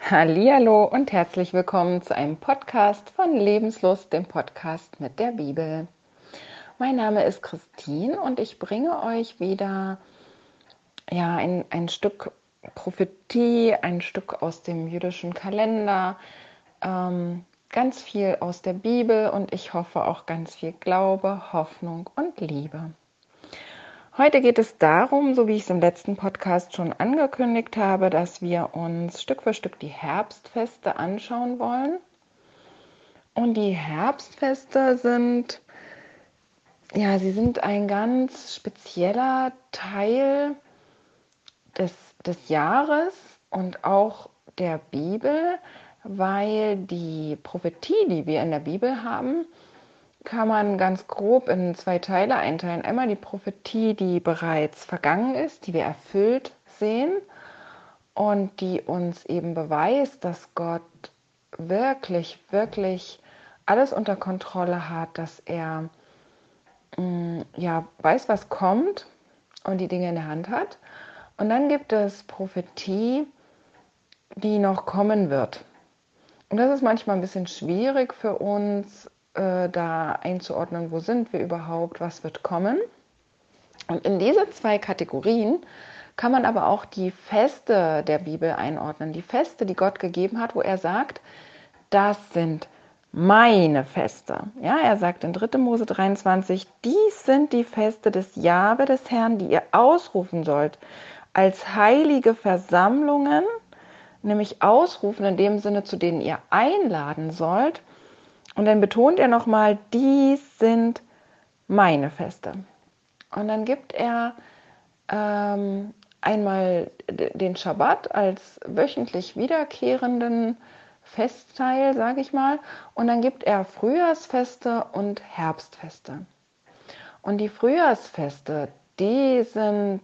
Hallihallo und herzlich willkommen zu einem Podcast von Lebenslust, dem Podcast mit der Bibel. Mein Name ist Christine und ich bringe euch wieder ein Stück Prophetie, ein Stück aus dem jüdischen Kalender, ganz viel aus der Bibel und ich hoffe auch ganz viel Glaube, Hoffnung und Liebe. Heute geht es darum, so wie ich es im letzten Podcast schon angekündigt habe, dass wir uns Stück für Stück die Herbstfeste anschauen wollen. Und die Herbstfeste sie sind ein ganz spezieller Teil des Jahres und auch der Bibel, weil die Prophetie, die wir in der Bibel haben, kann man ganz grob in zwei Teile einteilen. Einmal die Prophetie, die bereits vergangen ist, die wir erfüllt sehen und die uns eben beweist, dass Gott wirklich, wirklich alles unter Kontrolle hat, dass er weiß, was kommt und die Dinge in der Hand hat. Und dann gibt es Prophetie, die noch kommen wird. Und das ist manchmal ein bisschen schwierig für uns, da einzuordnen, wo sind wir überhaupt, was wird kommen. Und in diese zwei Kategorien kann man aber auch die Feste der Bibel einordnen. Die Feste, die Gott gegeben hat, wo er sagt, das sind meine Feste. Ja, er sagt in 3. Mose 23, dies sind die Feste des Jahwe, des Herrn, die ihr ausrufen sollt, als heilige Versammlungen, nämlich ausrufen in dem Sinne, zu denen ihr einladen sollt. Und dann betont er nochmal, dies sind meine Feste. Und dann gibt er einmal den Schabbat als wöchentlich wiederkehrenden Festteil, sage ich mal, und dann gibt er Frühjahrsfeste und Herbstfeste. Und die Frühjahrsfeste, die sind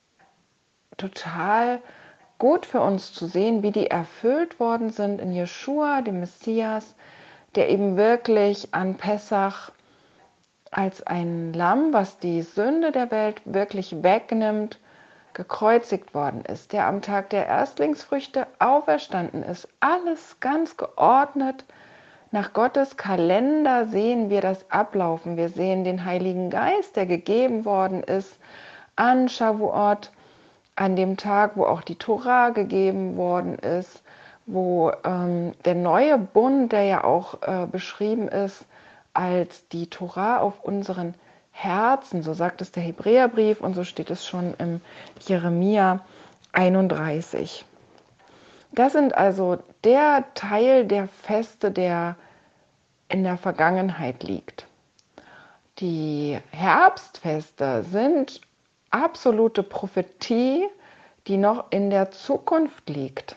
total gut für uns zu sehen, wie die erfüllt worden sind in Jeschua, dem Messias, der eben wirklich an Pessach als ein Lamm, was die Sünde der Welt wirklich wegnimmt, gekreuzigt worden ist, der am Tag der Erstlingsfrüchte auferstanden ist. Alles ganz geordnet. Nach Gottes Kalender sehen wir das ablaufen. Wir sehen den Heiligen Geist, der gegeben worden ist an Shavuot, an dem Tag, wo auch die Tora gegeben worden ist, wo der neue Bund, der ja auch beschrieben ist, als die Tora auf unseren Herzen, so sagt es der Hebräerbrief und so steht es schon im Jeremia 31. Das sind also der Teil der Feste, der in der Vergangenheit liegt. Die Herbstfeste sind absolute Prophetie, die noch in der Zukunft liegt,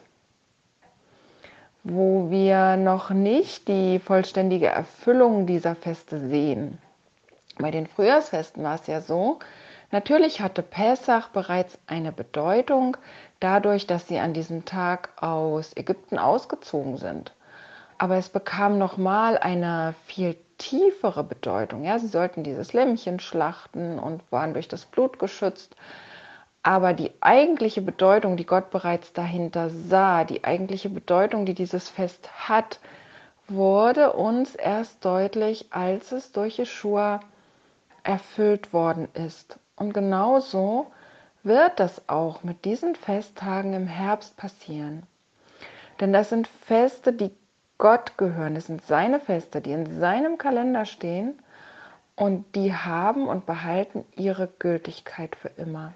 wo wir noch nicht die vollständige Erfüllung dieser Feste sehen. Bei den Frühjahrsfesten war es ja so, natürlich hatte Pessach bereits eine Bedeutung, dadurch, dass sie an diesem Tag aus Ägypten ausgezogen sind. Aber es bekam nochmal eine viel tiefere Bedeutung. Ja, sie sollten dieses Lämmchen schlachten und waren durch das Blut geschützt. Aber die eigentliche Bedeutung, die Gott bereits dahinter sah, die eigentliche Bedeutung, die dieses Fest hat, wurde uns erst deutlich, als es durch Jeschua erfüllt worden ist. Und genauso wird das auch mit diesen Festtagen im Herbst passieren. Denn das sind Feste, die Gott gehören. Das sind seine Feste, die in seinem Kalender stehen und die haben und behalten ihre Gültigkeit für immer.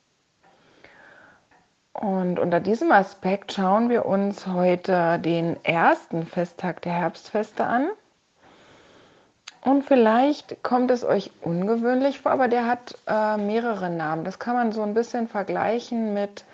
Und unter diesem Aspekt schauen wir uns heute den ersten Festtag der Herbstfeste an. Und vielleicht kommt es euch ungewöhnlich vor, aber der hat mehrere Namen. Das kann man so ein bisschen vergleichen mit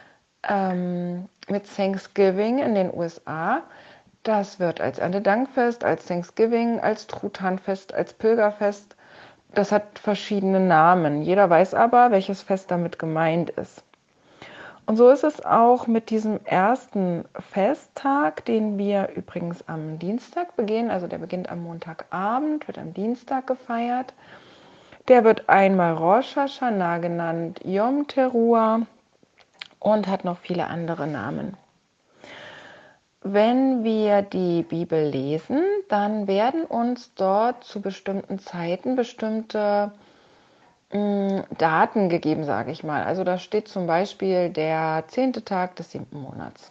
Thanksgiving in den USA. Das wird als Erntedankfest, als Thanksgiving, als Truthahnfest, als Pilgerfest. Das hat verschiedene Namen. Jeder weiß aber, welches Fest damit gemeint ist. Und so ist es auch mit diesem ersten Festtag, den wir übrigens am Dienstag begehen. Also der beginnt am Montagabend, wird am Dienstag gefeiert. Der wird einmal Rosh Hashanah genannt, Yom Teruah und hat noch viele andere Namen. wenn wir die Bibel lesen, dann werden uns dort zu bestimmten Zeiten bestimmte Daten gegeben, sage ich mal. Also da steht zum Beispiel der 10. Tag des 7. Monats.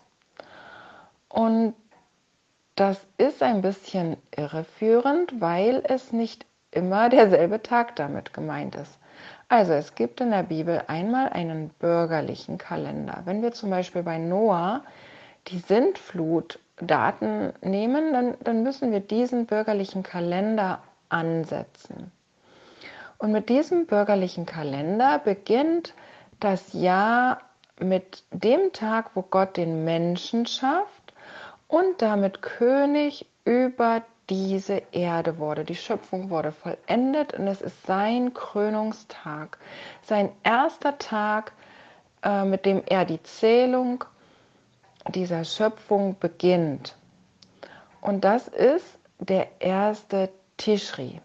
Und das ist ein bisschen irreführend, weil es nicht immer derselbe Tag damit gemeint ist. Also es gibt in der Bibel einmal einen bürgerlichen Kalender. Wenn wir zum Beispiel bei Noah die Sintflutdaten nehmen, dann müssen wir diesen bürgerlichen Kalender ansetzen. Und mit diesem bürgerlichen Kalender beginnt das Jahr mit dem Tag, wo Gott den Menschen schafft und damit König über diese Erde wurde. Die Schöpfung wurde vollendet und es ist sein Krönungstag, sein erster Tag, mit dem er die Zählung dieser Schöpfung beginnt. Und das ist der erste Tischri.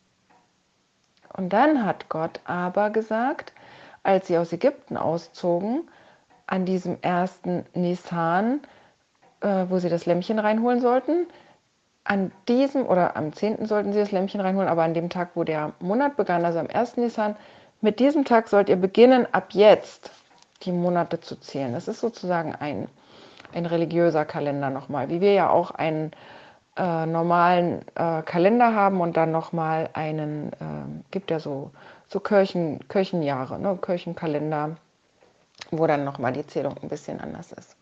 Und dann hat Gott aber gesagt, als sie aus Ägypten auszogen, an diesem ersten Nisan, wo sie das Lämmchen reinholen sollten, an diesem oder am 10. sollten sie das Lämmchen reinholen, aber an dem Tag, wo der Monat begann, also am 1. Nisan, mit diesem Tag sollt ihr beginnen, ab jetzt die Monate zu zählen. Das ist sozusagen ein religiöser Kalender nochmal, wie wir ja auch einen normalen Kalender haben und dann nochmal einen, gibt ja so Kirchenjahre, ne, Kirchenkalender, wo dann nochmal die Zählung ein bisschen anders ist.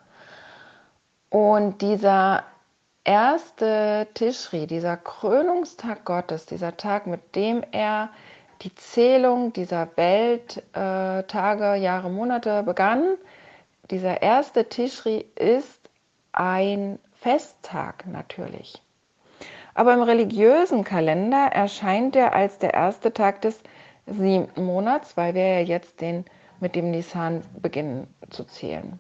Und dieser erste Tischri, dieser Krönungstag Gottes, dieser Tag, mit dem er die Zählung dieser Welt, Tage, Jahre, Monate begann, dieser erste Tischri ist ein Festtag natürlich. Aber im religiösen Kalender erscheint er als der erste Tag des 7. Monats, weil wir ja jetzt mit dem Nisan beginnen zu zählen.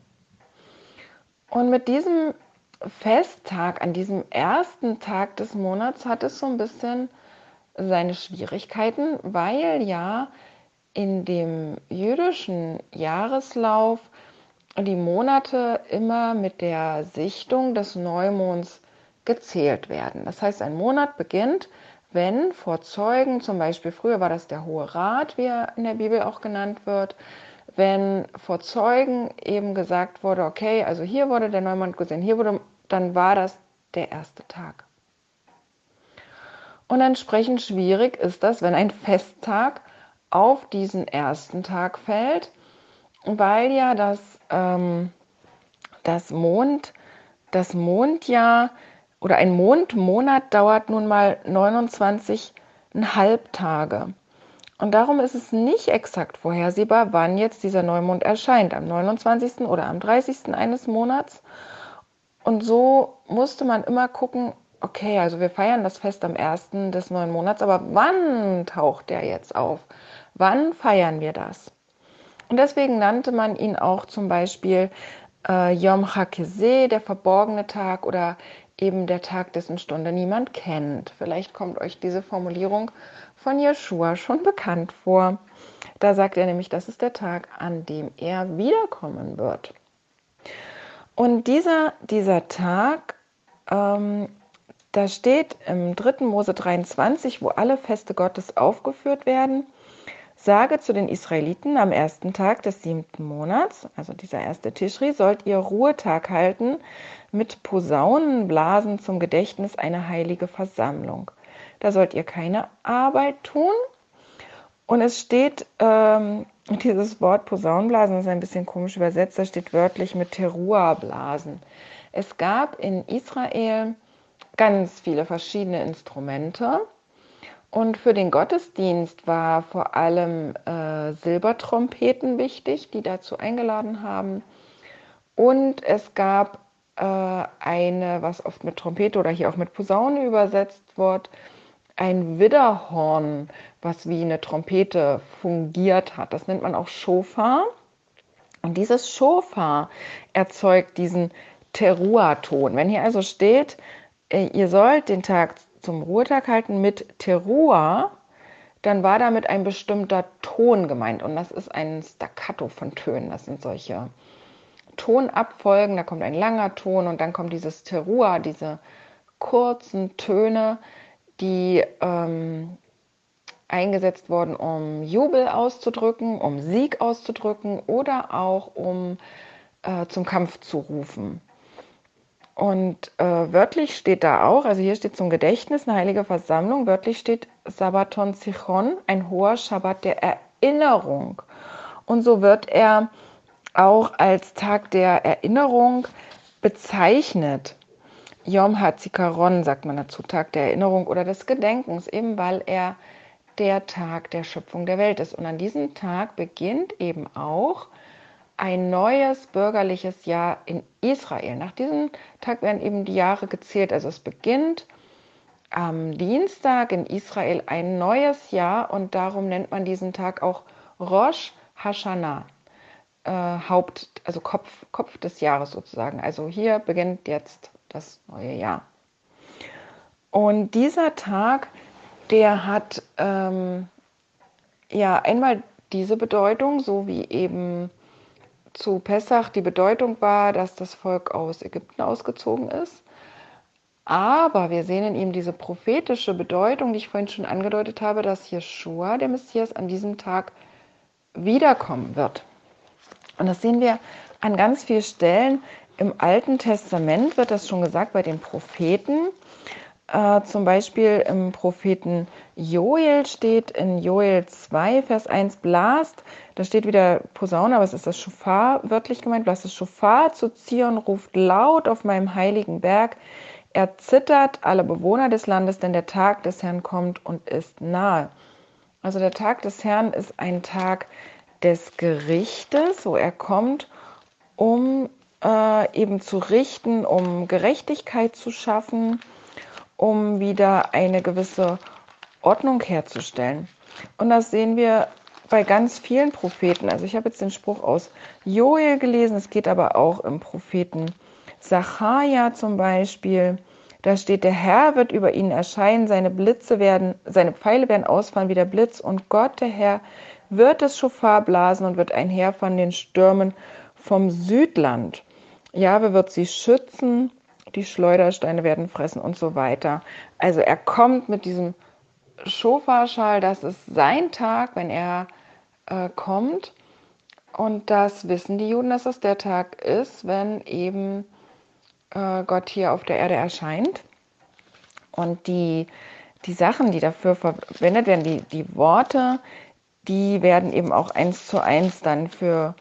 Und mit diesem Festtag, an diesem ersten Tag des Monats, hat es so ein bisschen seine Schwierigkeiten, weil ja in dem jüdischen Jahreslauf die Monate immer mit der Sichtung des Neumonds gezählt werden. Das heißt, ein Monat beginnt, wenn vor Zeugen, zum Beispiel früher war das der Hohe Rat, wie er in der Bibel auch genannt wird, wenn vor Zeugen eben gesagt wurde, okay, also hier wurde der Neumond gesehen, dann war das der erste Tag. Und entsprechend schwierig ist das, wenn ein Festtag auf diesen ersten Tag fällt, weil ja das Mondjahr oder ein Mondmonat dauert nun mal 29,5 Tage. Und darum ist es nicht exakt vorhersehbar, wann jetzt dieser Neumond erscheint, am 29. oder am 30. eines Monats. Und so musste man immer gucken, okay, also wir feiern das Fest am 1. des neuen Monats, aber wann taucht der jetzt auf? Wann feiern wir das? Und deswegen nannte man ihn auch zum Beispiel Yom HaKeseh, der verborgene Tag, oder eben der Tag, dessen Stunde niemand kennt. Vielleicht kommt euch diese Formulierung von Jeschua schon bekannt vor. Da sagt er nämlich, das ist der Tag, an dem er wiederkommen wird. Und dieser Tag, da steht im 3. Mose 23, wo alle Feste Gottes aufgeführt werden: Sage zu den Israeliten, am ersten Tag des 7. Monats, also dieser erste Tischri, sollt ihr Ruhetag halten mit Posaunenblasen zum Gedächtnis eine heilige Versammlung. Da sollt ihr keine Arbeit tun. Und es steht, dieses Wort Posaunenblasen ist ein bisschen komisch übersetzt, da steht wörtlich mit Teruah-Blasen. Es gab in Israel ganz viele verschiedene Instrumente. Und für den Gottesdienst war vor allem Silbertrompeten wichtig, die dazu eingeladen haben. Und es gab eine, was oft mit Trompete oder hier auch mit Posaune übersetzt wird, ein Widderhorn, was wie eine Trompete fungiert hat. Das nennt man auch Schofar. Und dieses Schofar erzeugt diesen Teruah-Ton. Wenn hier also steht, ihr sollt den Tag zum Ruhetag halten mit Teruah, dann war damit ein bestimmter Ton gemeint. Und das ist ein Staccato von Tönen. Das sind solche Tonabfolgen, da kommt ein langer Ton und dann kommt dieses Terua, diese kurzen Töne, die eingesetzt wurden, um Jubel auszudrücken, um Sieg auszudrücken oder auch um zum Kampf zu rufen. Und wörtlich steht da auch, also hier steht zum Gedächtnis eine heilige Versammlung, wörtlich steht Sabbaton Zichron, ein hoher Schabbat der Erinnerung. Und so wird er auch als Tag der Erinnerung bezeichnet. Yom HaZikaron sagt man dazu, Tag der Erinnerung oder des Gedenkens, eben weil er der Tag der Schöpfung der Welt ist. Und an diesem Tag beginnt eben auch ein neues bürgerliches Jahr in Israel. Nach diesem Tag werden eben die Jahre gezählt. Also es beginnt am Dienstag in Israel ein neues Jahr und darum nennt man diesen Tag auch Rosh Hashanah, also Kopf des Jahres sozusagen. Also hier beginnt jetzt das neue Jahr. Und dieser Tag, der hat ja einmal diese Bedeutung, so wie eben zu Pessach die Bedeutung war, dass das Volk aus Ägypten ausgezogen ist. Aber wir sehen in ihm diese prophetische Bedeutung, die ich vorhin schon angedeutet habe, dass Jeschua, der Messias, an diesem Tag wiederkommen wird. Und das sehen wir an ganz vielen Stellen. Im Alten Testament wird das schon gesagt bei den Propheten. Zum Beispiel im Propheten Joel steht in Joel 2, Vers 1, blast, da steht wieder Posaune, aber es ist das Schofar wörtlich gemeint, blast das Schofar zu Zion, ruft laut auf meinem heiligen Berg, erzittert alle Bewohner des Landes, denn der Tag des Herrn kommt und ist nahe. Also der Tag des Herrn ist ein Tag des Gerichtes, wo er kommt, um eben zu richten, um Gerechtigkeit zu schaffen, um wieder eine gewisse Ordnung herzustellen. Und das sehen wir bei ganz vielen Propheten. Also ich habe jetzt den Spruch aus Joel gelesen, es geht aber auch im Propheten Sacharja zum Beispiel. Da steht, der Herr wird über ihnen erscheinen, seine Pfeile werden ausfahren wie der Blitz und Gott, der Herr, wird das Schofar blasen und wird einher von den Stürmen vom Südland. Jahwe wird sie schützen, die Schleudersteine werden fressen und so weiter. Also er kommt mit diesem Schofarschall, das ist sein Tag, wenn er kommt. Und das wissen die Juden, dass es der Tag ist, wenn eben Gott hier auf der Erde erscheint. Und die Sachen, die dafür verwendet werden, die Worte, die werden eben auch 1:1 dann für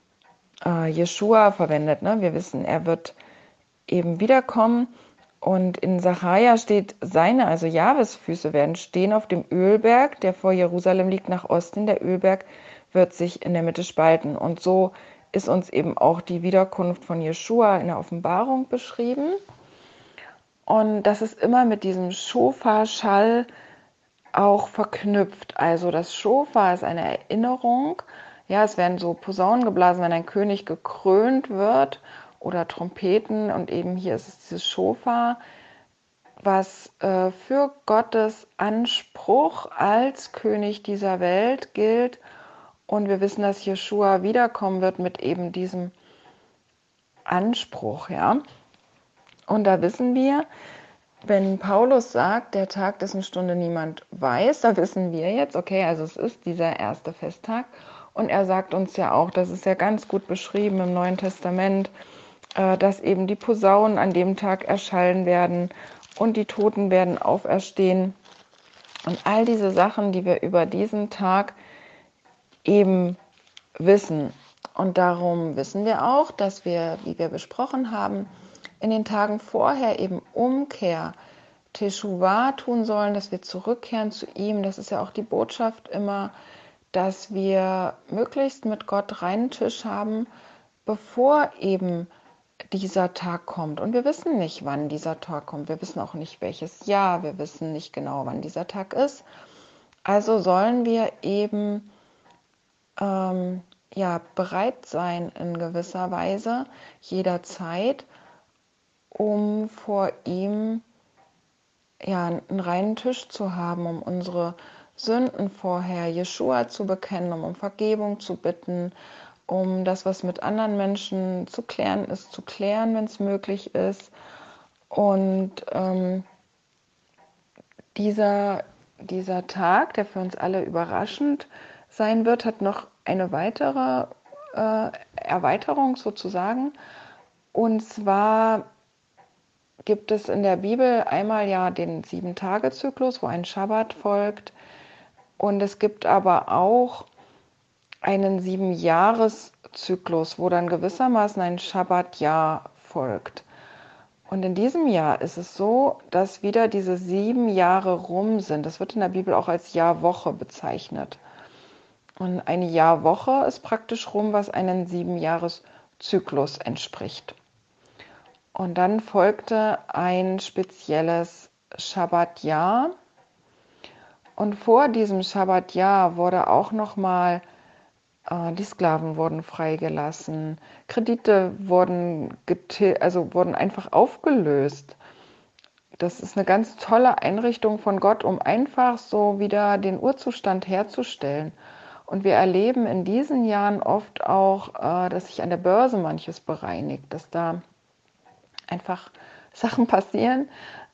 Jeschua verwendet. Ne? Wir wissen, er wird eben wiederkommen. Und in Sacharja steht, also Jahwes Füße werden stehen auf dem Ölberg, der vor Jerusalem liegt, nach Osten. Der Ölberg wird sich in der Mitte spalten. Und so ist uns eben auch die Wiederkunft von Jeschua in der Offenbarung beschrieben. Und das ist immer mit diesem Schofarschall auch verknüpft. Also das Schofar ist eine Erinnerung. Ja, es werden so Posaunen geblasen, wenn ein König gekrönt wird oder Trompeten. Und eben hier ist es dieses Schofar, was für Gottes Anspruch als König dieser Welt gilt. Und wir wissen, dass Jeschua wiederkommen wird mit eben diesem Anspruch, ja. Und da wissen wir, wenn Paulus sagt, der Tag, dessen Stunde niemand weiß, da wissen wir jetzt, okay, also es ist dieser erste Festtag. Und er sagt uns ja auch, das ist ja ganz gut beschrieben im Neuen Testament, dass eben die Posaunen an dem Tag erschallen werden und die Toten werden auferstehen. Und all diese Sachen, die wir über diesen Tag eben wissen. Und darum wissen wir auch, dass wir, wie wir besprochen haben, in den Tagen vorher eben Umkehr, Teshuvah tun sollen, dass wir zurückkehren zu ihm. Das ist ja auch die Botschaft immer, dass wir möglichst mit Gott reinen Tisch haben, bevor eben dieser Tag kommt. Und wir wissen nicht, wann dieser Tag kommt. Wir wissen auch nicht, welches Jahr. Wir wissen nicht genau, wann dieser Tag ist. Also sollen wir eben bereit sein in gewisser Weise, jederzeit, um vor ihm einen reinen Tisch zu haben, um unsere Sünden vorher Jeschua zu bekennen, um Vergebung zu bitten um das, was mit anderen Menschen zu klären ist, zu klären, wenn es möglich ist. Und dieser Tag, der für uns alle überraschend sein wird, hat noch eine weitere Erweiterung sozusagen. Und zwar gibt es in der Bibel einmal ja den 7-Tage-Zyklus, wo ein Schabbat folgt. Und es gibt aber auch einen 7-Jahres-Zyklus, wo dann gewissermaßen ein Schabbatjahr folgt. Und in diesem Jahr ist es so, dass wieder diese 7 Jahre rum sind. Das wird in der Bibel auch als Jahrwoche bezeichnet. Und eine Jahrwoche ist praktisch rum, was einen 7-Jahres-Zyklus entspricht. Und dann folgte ein spezielles Schabbatjahr. Und vor diesem Schabbatjahr wurde auch nochmal, die Sklaven wurden freigelassen, Kredite wurden einfach aufgelöst. Das ist eine ganz tolle Einrichtung von Gott, um einfach so wieder den Urzustand herzustellen. Und wir erleben in diesen Jahren oft auch, dass sich an der Börse manches bereinigt, dass da einfach Sachen passieren,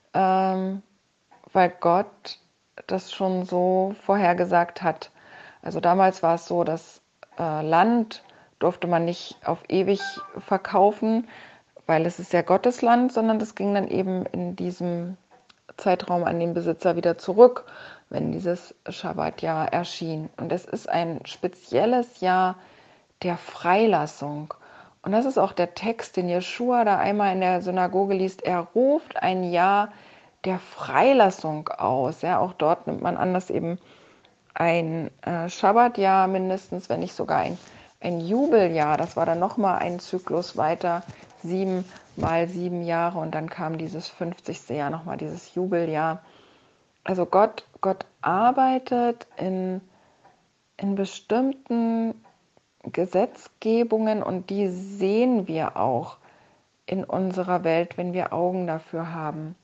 weil Gott das schon so vorhergesagt hat. Also damals war es so, dass Land durfte man nicht auf ewig verkaufen, weil es ist ja Gottes Land, sondern das ging dann eben in diesem Zeitraum an den Besitzer wieder zurück, wenn dieses Schabbatjahr erschien. Und es ist ein spezielles Jahr der Freilassung. Und das ist auch der Text, den Jeschua da einmal in der Synagoge liest. Er ruft ein Jahr der Freilassung aus. Ja, auch dort nimmt man an, dass eben ein Schabbatjahr mindestens, wenn nicht sogar ein Jubeljahr, das war dann nochmal ein Zyklus weiter, 7 mal 7 Jahre und dann kam dieses 50. Jahr nochmal, dieses Jubeljahr. Also Gott arbeitet in bestimmten Gesetzgebungen und die sehen wir auch in unserer Welt, wenn wir Augen dafür haben.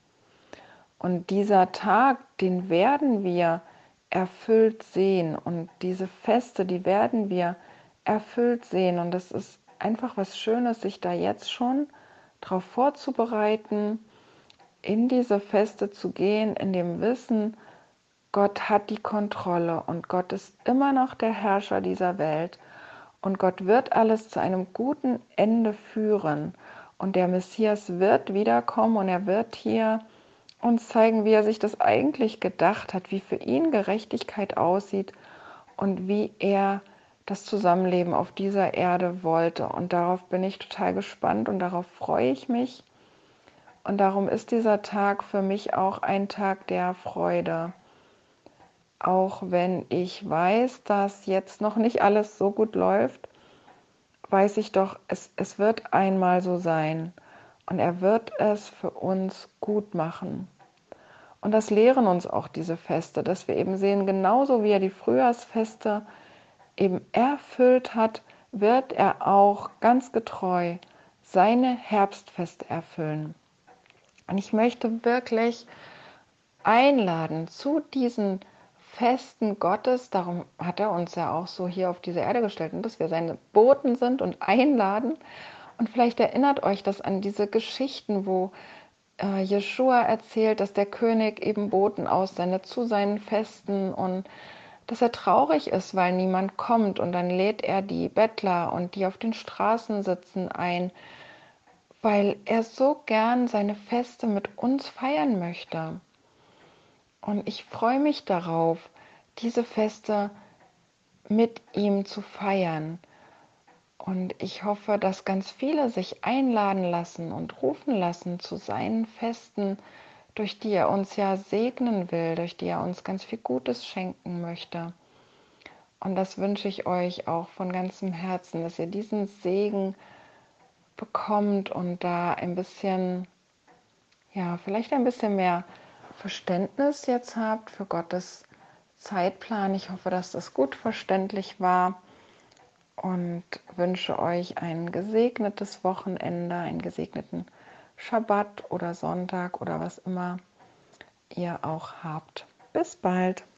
Und dieser Tag, den werden wir erfüllt sehen und diese Feste, die werden wir erfüllt sehen und es ist einfach was Schönes, sich da jetzt schon darauf vorzubereiten, in diese Feste zu gehen, in dem Wissen, Gott hat die Kontrolle und Gott ist immer noch der Herrscher dieser Welt und Gott wird alles zu einem guten Ende führen und der Messias wird wiederkommen und er wird hier uns zeigen, wie er sich das eigentlich gedacht hat, wie für ihn Gerechtigkeit aussieht und wie er das Zusammenleben auf dieser Erde wollte. Und darauf bin ich total gespannt und darauf freue ich mich. Und darum ist dieser Tag für mich auch ein Tag der Freude. Auch wenn ich weiß, dass jetzt noch nicht alles so gut läuft, weiß ich doch, es wird einmal so sein. Und er wird es für uns gut machen. Und das lehren uns auch diese Feste, dass wir eben sehen, genauso wie er die Frühjahrsfeste eben erfüllt hat, wird er auch ganz getreu seine Herbstfeste erfüllen. Und ich möchte wirklich einladen zu diesen Festen Gottes, darum hat er uns ja auch so hier auf diese Erde gestellt, dass wir seine Boten sind und einladen. Und vielleicht erinnert euch das an diese Geschichten, wo Jeschua erzählt, dass der König eben Boten aussendet zu seinen Festen und dass er traurig ist, weil niemand kommt. Und dann lädt er die Bettler und die auf den Straßen sitzen ein, weil er so gern seine Feste mit uns feiern möchte. Und ich freue mich darauf, diese Feste mit ihm zu feiern. Und ich hoffe, dass ganz viele sich einladen lassen und rufen lassen zu seinen Festen, durch die er uns ja segnen will, durch die er uns ganz viel Gutes schenken möchte. Und das wünsche ich euch auch von ganzem Herzen, dass ihr diesen Segen bekommt und da ein bisschen, ja, vielleicht ein bisschen mehr Verständnis jetzt habt für Gottes Zeitplan. Ich hoffe, dass das gut verständlich war. Und wünsche euch ein gesegnetes Wochenende, einen gesegneten Schabbat oder Sonntag oder was immer ihr auch habt. Bis bald!